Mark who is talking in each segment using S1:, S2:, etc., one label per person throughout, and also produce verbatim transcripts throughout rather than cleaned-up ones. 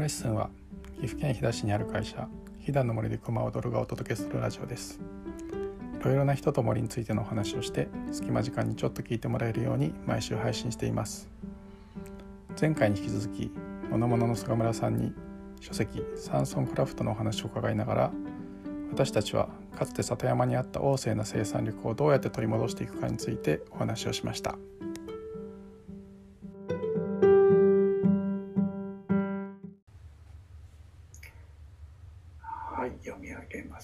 S1: レッスンは岐阜県飛騨市にある会社飛騨の森で熊踊るがお届けするラジオです。いろいろな人と森についてのお話をして隙間時間にちょっと聞いてもらえるように毎週配信しています。前回に引き続きものものの菅村さんに書籍サンソンクラフトのお話を伺いながら、私たちはかつて里山にあった旺盛な生産力をどうやって取り戻していくかについてお話をしました。
S2: はい、読み上げます。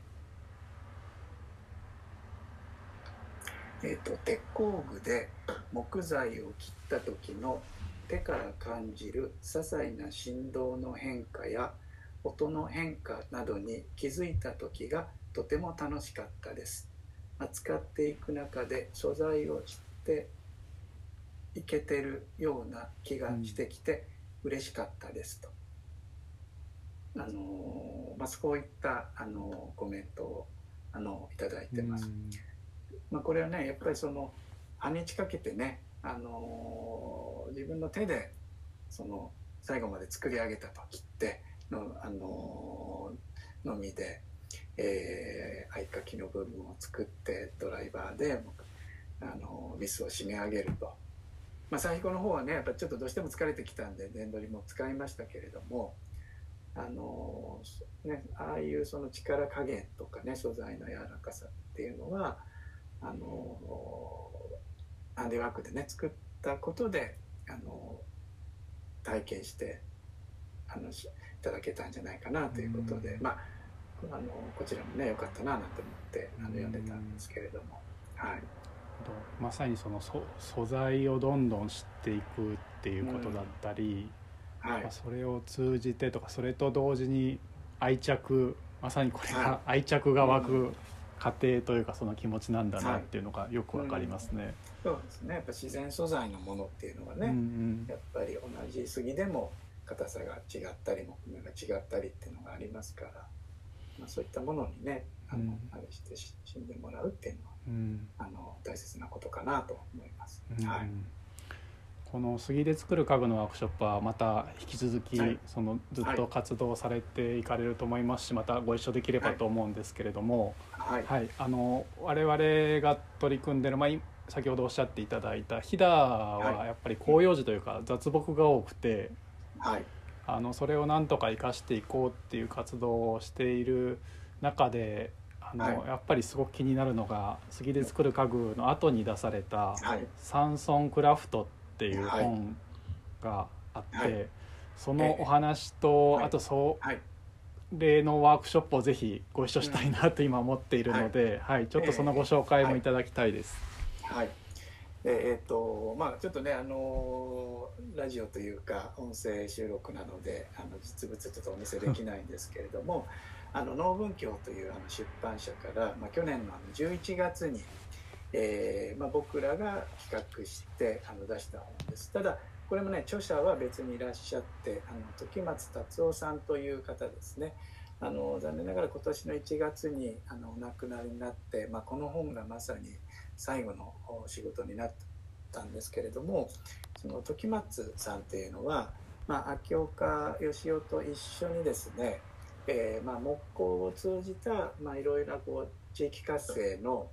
S2: えっと、鉄工具で木材を切った時の手から感じる些細な振動の変化や音の変化などに気づいた時がとても楽しかったです。扱っていく中で素材を知っていけてるような気がしてきて嬉しかったですと。あのまあ、そういったあのコメントをあのいただいてます。まあ、これはねやっぱりその半日かけてね、あの自分の手でその最後まで作り上げた時っての、あののみで、えー、合鍵の部分を作ってドライバーであのビスを締め上げると。まあ、最後の方はねやっぱりちょっとどうしても疲れてきたんで電取りも使いましたけれども、あのね、ああいうその力加減とかね素材の柔らかさっていうのはあのハンディワークでね作ったことであの体験してあのいただけたんじゃないかなということで、まあ、あのこちらもね良かったななんて思ってあの読んでたんですけれども、はい、
S1: まさにその素素材をどんどん知っていくっていうことだったり、うんはいまあ、それを通じてとかそれと同時に愛着まさにこれが愛着が湧く過程というかその気持ちなんだなっていうのがよくわかりますね、
S2: はいうん、そうですね。やっぱ自然素材のものっていうのはね、うんうん、やっぱり同じ杉でも硬さが違ったり木目が違ったりっていうのがありますから、まあ、そういったものにねあの、うん、あれして死んでもらうっていうのは、うん、あの大切なことかなと思います、うんはい
S1: この杉で作る家具のワークショップはまた引き続き、はい、そのずっと活動されていかれると思いますし、またご一緒できればと思うんですけれども、はいはい、あの我々が取り組んでる、まあ、先ほどおっしゃっていただいた飛騨はやっぱり広葉樹というか雑木が多くて、はい、あのそれをなんとか生かしていこうっていう活動をしている中であの、はい、やっぱりすごく気になるのが杉で作る家具の後に出されたサンソンクラフトっていう本があって、はいはい、そのお話と、はい、あとそれのワークショップをぜひご一緒したいなと今思っているので、はいはい、ちょっとそのご紹介もいただきたいです。
S2: はい、はいえーっとまあ、ちょっとね、あのラジオというか音声収録なのであの実物ちょっとお見せできないんですけれどもあの農文教というあの出版社から、まあ、去年のじゅういちがつにえーまあ、僕らが企画してあの出した本です。ただこれもね著者は別にいらっしゃってあの時松達夫さんという方ですね。あの残念ながら今年のいちがつにあのお亡くなりになって、まあ、この本がまさに最後の仕事になったんですけれども、その時松さんっていうのは、まあ、秋岡義雄と一緒にですね、えーまあ、木工を通じた、まあ、いろいろなこう地域活性の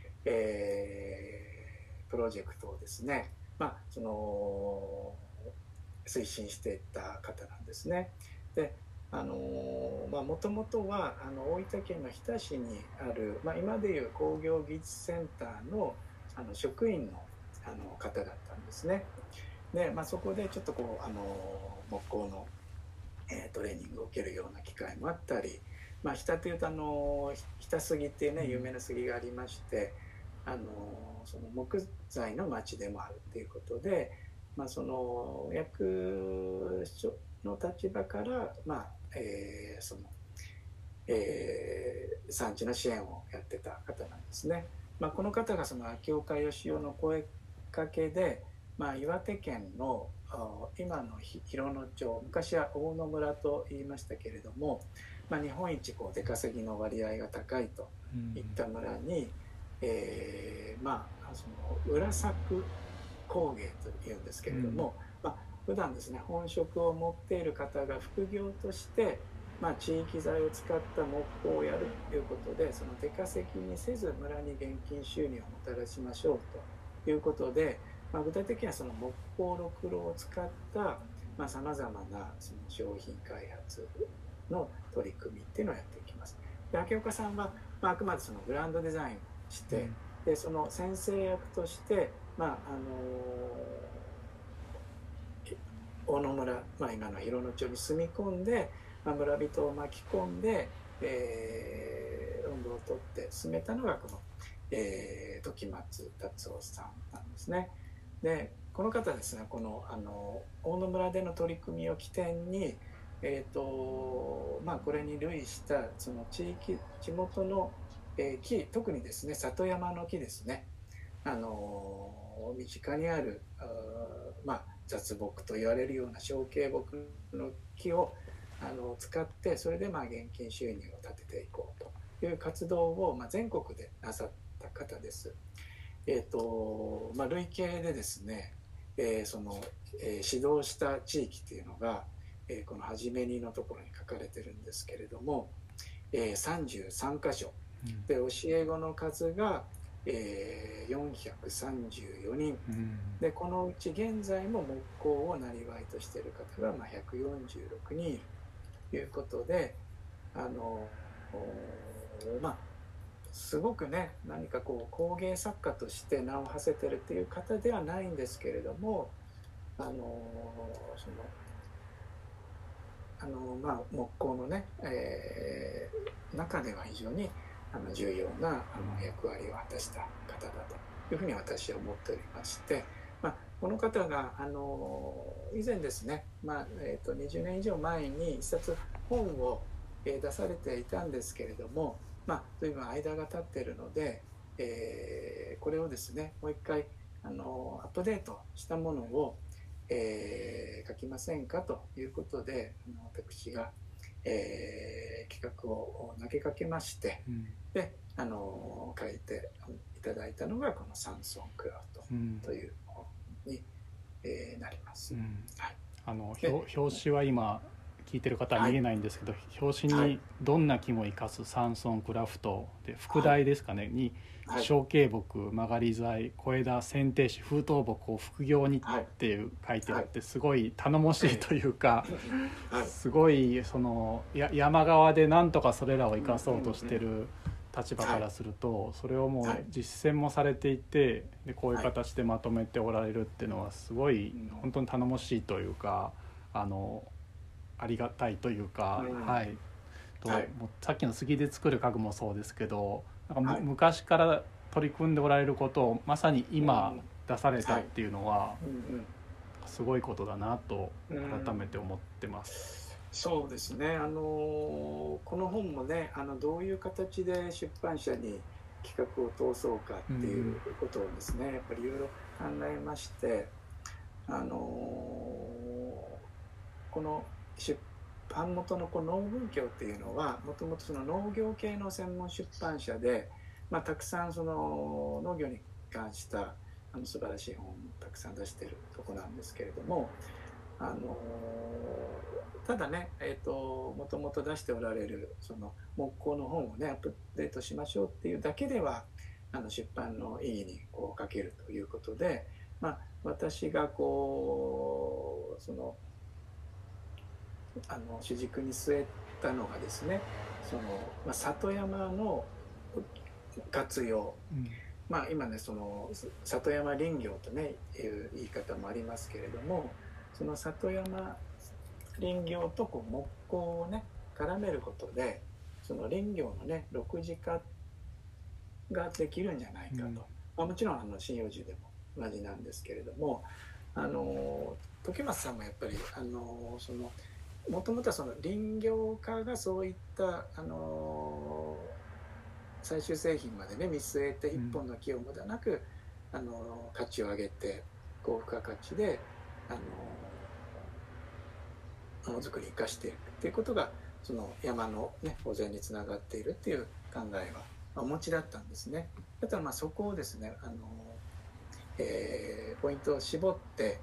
S2: えー、プロジェクトをですね、まあ、その推進していった方なんですね。であのまあ、もともとはあの大分県の日田市にある、まあ、今でいう工業技術センターの、あの職員の、あの方だったんですね。で、まあ、そこでちょっとこうあの木工の、えー、トレーニングを受けるような機会もあったり、まあ、日田というとあの日田杉っていうね有名な杉がありまして、あのその木材の町でもあるということで、まあ、その役所の立場から、まあえーそのえー、産地の支援をやってた方なんですね。まあ、この方がその秋岡義雄の声かけで、まあ、岩手県の今の広野町、昔は大野村と言いましたけれども、まあ、日本一こう出稼ぎの割合が高いといった村に、うんえー、まあその裏作工芸というんですけれども、うんま普段ですね本職を持っている方が副業として、まあ、地域材を使った木工をやるということで、その出稼ぎにせず村に現金収入をもたらしましょうということで、まあ、具体的にはその木工ろくろを使ったさまざ、まなその商品開発の取り組みっていうのをやっていきます。で明岡さんは、まあ、あくまでそのグランドデザインをして、うん、でその先生役として、まああのー、大野村、まあ、今の広野町に住み込んで、まあ、村人を巻き込んで、えー、論文を取って進めたのがこの、えー、時松達夫さんなんですね。でこの方ですね、このあの大野村での取り組みを起点に、えーとまあ、これに類したその地域地元の、えー、木、特にですね里山の木ですね、あの身近にあるあ、まあ、雑木と言われるような小径木の木をあの使って、それでまあ現金収入を立てていこうという活動を、まあ、全国でなさった方です。えーとまあ、累計でですね、えーそのえー、指導した地域っていうのが、えー、この初めにのところに書かれてるんですけれども、えー、さんじゅうさんかしょ、うん、で教え子の数が、えー、よんひゃくさんじゅうよにん、うん、でこのうち現在も木工をなりわいとしている方が、まあ、ひゃくよんじゅうろくにんいるということで、あのまあすごくね、何かこう工芸作家として名を馳せてるっていう方ではないんですけれども、あのそのあのまあ木工のね、えー、中では非常にあの重要なあの役割を果たした方だというふうに私は思っておりまして、まあ、この方があの以前ですね、まあえー、とにじゅうねん以上前に一冊本を出されていたんですけれども、まあ、随分間が経っているので、えー、これをですねもう一回あのアップデートしたものを、えー、書きませんかということで、あの私が、えー、企画を投げかけまして、うん、であの書いていただいたのがこのサンソンクラウトという本に、えー、なります。うん、
S1: はい、あの表紙は今聞いてる方は見えないんですけど、はい、表紙にどんな木も生かすサンソンクラフトで副題ですかね、はい、に小径木、曲がり材、小枝、剪定紙、風倒木を副業にっていう書いてあって、すごい頼もしいというか、すごいそのや山側でなんとかそれらを生かそうとしてる立場からすると、それをもう実践もされていて、でこういう形でまとめておられるっていうのはすごい本当に頼もしいというか、あのありがたいというか、うん、はい、と、はい、もうさっきの杉で作る家具もそうですけど、なんか、はい、昔から取り組んでおられることをまさに今出されたっていうのは、はいうんうん、すごいことだなと改めて思ってます。
S2: うん、そうですね、あのこの本もね、あのどういう形で出版社に企画を通そうかっていうことをですね、うん、やっぱりいろいろ考えまして、あのこの出版元のこの農文教っていうのはもともとその農業系の専門出版社で、まあ、たくさんその農業に関したあの素晴らしい本をたくさん出しているとこなんですけれども、あのただね、えーと、もともと出しておられるその木工の本をねアップデートしましょうっていうだけではあの出版の意義にこう欠けるということで、まあ、私がこうそのあの主軸に据えたのがですね、その、まあ、里山の活用、うん、まあ今ねその里山林業とねいう言い方もありますけれども、その里山林業とこう木工をね絡めることで、その林業のね緑地化ができるんじゃないかと、うんまあ、もちろんあの針葉樹でも同じなんですけれども、あの時松さんもやっぱりあのそのもともとはその林業家がそういった、あのー、最終製品までね見据えて一本の木を無駄なく、あのー、価値を上げて高付加価値で、あのー、ものづくりに生かしていくっていうことがその山の、ね、保全につながっているっていう考えはお持ちだったんですね。だからまあそこをですね、あのーえー、ポイントを絞って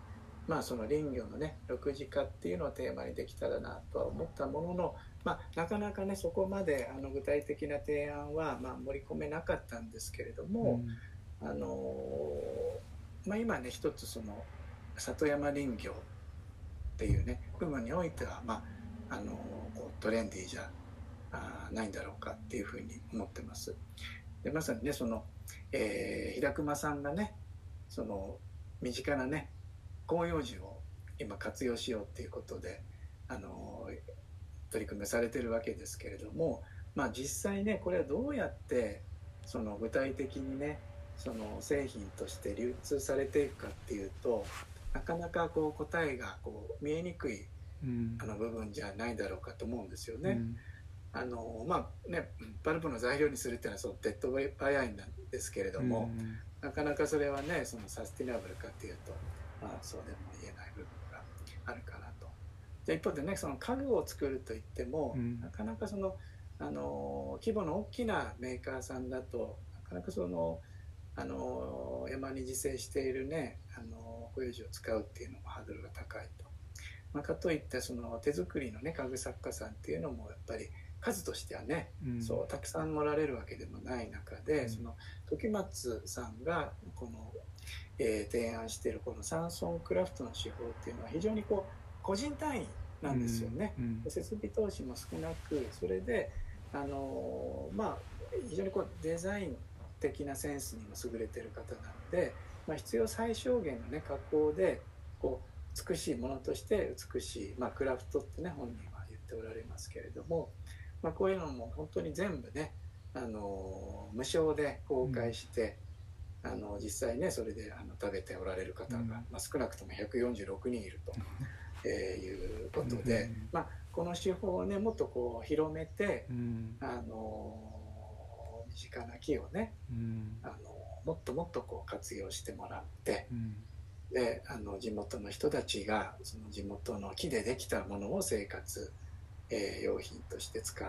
S2: まあその林業のね緑地化っていうのをテーマにできたらなとは思ったものの、まあ、なかなかねそこまであの具体的な提案はまあ盛り込めなかったんですけれども、うん、あのまあ、今ね一つその里山林業っていうね部分においては、まあ、あのこうトレンディーじゃあないんだろうかっていうふうに思ってます。でまさにねその、えー、平熊さんがねその身近なね広葉樹を今活用しようっていうことであの取り組みされてるわけですけれども、まあ、実際ねこれはどうやってその具体的にねその製品として流通されていくかっていうとなかなかこう答えがこう見えにくい、うん、あの部分じゃないだろうかと思うんですよね。うん、あのまあねパルプの材料にするっていうのはそのデッドバイアインなんですけれども、うん、なかなかそれはねそのサスティナブルかっていうと、まあ、そうでも言えない部分があるかなと。で一方でねその家具を作るといっても、うん、なかなかそのあの規模の大きなメーカーさんだとなかなかそのあの山に自生しているねあの広葉樹を使うっていうのもハードルが高いと。まあ、かといってその手作りのね家具作家さんっていうのもやっぱり数としてはね、うん、そうたくさんおられるわけでもない中で、うん、その時松さんがこの、えー、提案しているこのサンソンクラフトの手法っていうのは非常にこう個人単位なんですよね、うんうん、設備投資も少なくそれであのー、まあ非常にこうデザイン的なセンスにも優れている方なので、まあ、必要最小限のね加工でこう美しいものとして美しい、まあ、クラフトってね本人は言っておられますけれども、まあ、こういうのも本当に全部ねあの無償で公開して、うん、あの実際ねそれであの食べておられる方が、うんまあ、少なくともひゃくよんじゅうろくにんいると、えー、いうことで、うんまあ、この手法をねもっとこう広めて、うん、あの身近な木をね、うん、あのもっともっとこう活用してもらって、うんであの地元の人たちがその地元の木でできたものを生活、えー、用品として使って、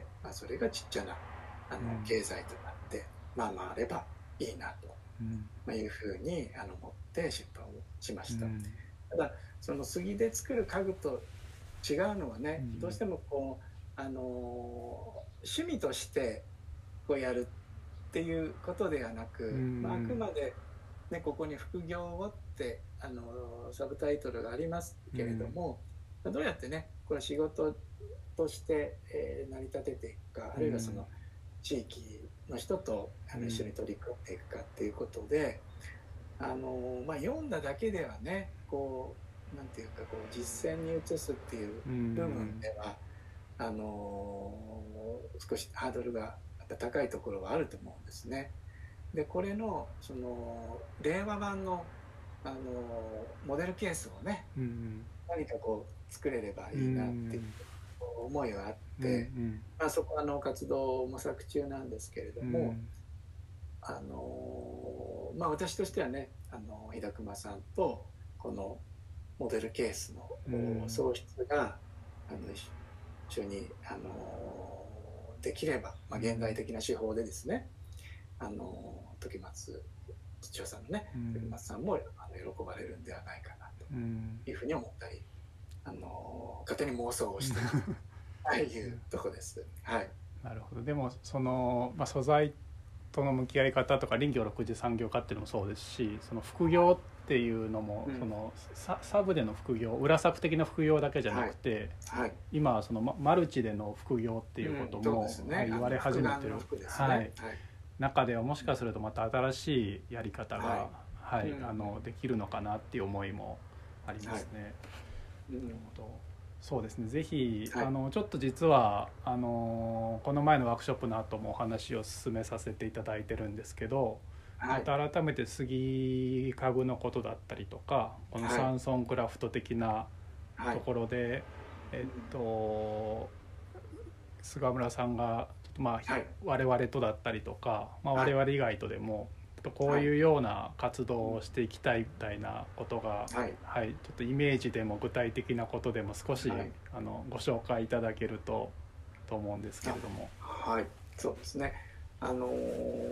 S2: まあ、それがちっちゃなあの、うん、経済となってまあ回ればいいなと、うんまあ、いうふうにあの思って出版をしました、うん、ただその杉で作る家具と違うのはね、うん、どうしてもこう、あのー、趣味としてこうやるっていうことではなく、うんまあ、あくまでね、ここに副業をってあのサブタイトルがありますけれども、うん、どうやってねこれ仕事として、えー、成り立てていくか、うん、あるいはその地域の人とあの一緒に取り組んでいくかっていうことで、あの、まあ、読んだだけではねこうなんていうかこう実践に移すっていう部分では、うん、あの少しハードルが高いところはあると思うんですね。でこれのその令和版のあのモデルケースをね、うんうん、何かこう作れればいいなっていう思いはあって、うんうんまあ、そこはの活動を模索中なんですけれども、うん、あのまあ私としてはねあの日高さんとこのモデルケースの創出が、うん、あの一緒にあのできれば、まあ、現代的な手法でですね、あの時松土屋さんのね、うん、時松さんもあの喜ばれるんではないかなというふうに思ったり、あの勝手に妄想をしてというとこです。はい。
S1: なるほど。でもその、まあ、素材との向き合い方とか林業ろく次産業化っていうのもそうですし、その副業っていうのも、うん、その サ, サブでの副業、裏作的な副業だけじゃなくて、はいはい、今はそのマルチでの副業っていうことも、うんねはい、言われ始めてる。はい。はい中ではもしかするとまた新しいやり方が、はいはいうん、あのできるのかなっていう思いもありますね。はい、なるほどそうですねぜひ、はい、あのちょっと実はあのこの前のワークショップの後もお話を進めさせていただいてるんですけど、はい、また改めて杉家具のことだったりとかこのサンソンクラフト的なところで、はい、えっと菅村さんがまあはい、我々とだったりとか、まあ、我々以外とでも、はい、こういうような活動をしていきたいみたいなことが、はいはい、ちょっとイメージでも具体的なことでも少し、はい、あのご紹介いただけるとと思うんですけれども。
S2: はい、そうですね。あの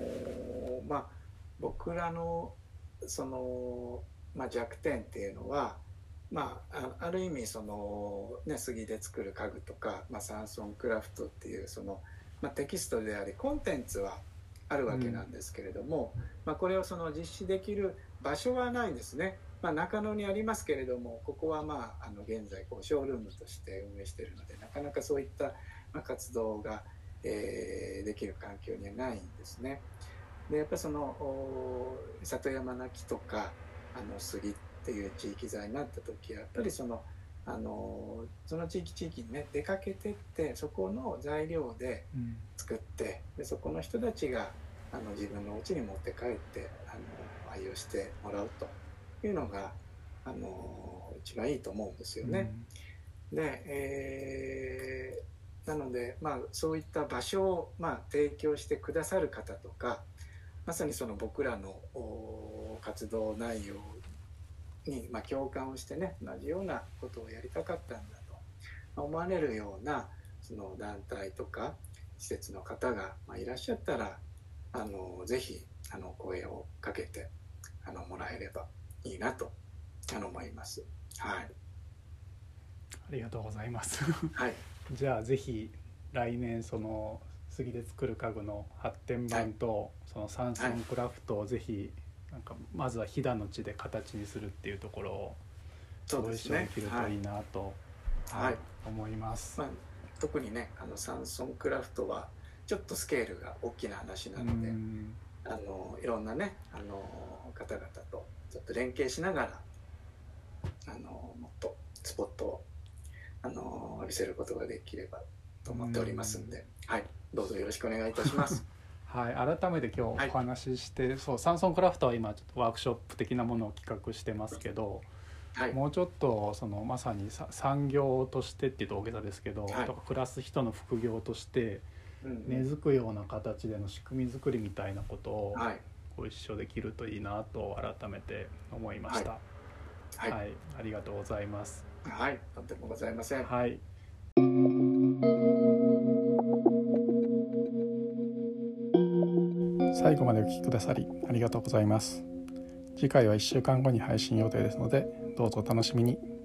S2: ー、まあ僕らのその、まあ、弱点っていうのはまあ、ある意味その、ね、杉で作る家具とか、まあ、サンソンクラフトっていうその、まあ、テキストでありコンテンツはあるわけなんですけれども、うん、まあ、これをその実施できる場所はないんですね。まあ、中野にありますけれども、ここはまああの現在こうショールームとして運営しているので、なかなかそういった活動が、えー、できる環境にはないんですね。でやっぱりその里山の木とかあの杉っていう地域材になった時はやっぱりそのあのその地域地域にね出かけてってそこの材料で作って、うん、でそこの人たちがあの自分の家に持って帰ってあの愛用してもらうというのがあの一番いいと思うんですよね。うん、で、えー、なので、まあ、そういった場所を、まあ、提供してくださる方とかまさにその僕らの活動内容に、まあ、共感をしてね同じようなことをやりたかったんだと思われるようなその団体とか施設の方が、まあ、いらっしゃったらあのぜひあの声をかけてあのもらえればいいなとあの思います。はい。
S1: ありがとうございます。
S2: はい。
S1: じゃあぜひ来年その杉で作る家具の発展版と、はい、そのサンソンクラフトをぜひなんかまずは飛騨の地で形にするっていうところをご一緒できるといいなと、はいはい、思います。
S2: まあ、特にねあのサンソンクラフトはちょっとスケールが大きな話なのであのいろんなねあの方々とちょっと連携しながらあのもっとスポットをあの浴びせることができればと思っておりますんで、はい、どうぞよろしくお願いいたします。
S1: はい、改めて今日お話しして、はい、そうサンソンクラフトは今ちょっとワークショップ的なものを企画してますけど、はい、もうちょっとそのまさに産業としてっていうと大げさですけど、はい、とか暮らす人の副業として根付くような形での仕組み作りみたいなことをご一緒できるといいなと改めて思いました。はいはい、ありがとうございます。
S2: はい、とんでもございません。
S1: はい。最後までお聞きくださりありがとうございます。次回はいっしゅうかんごに配信予定ですので、どうぞお楽しみに。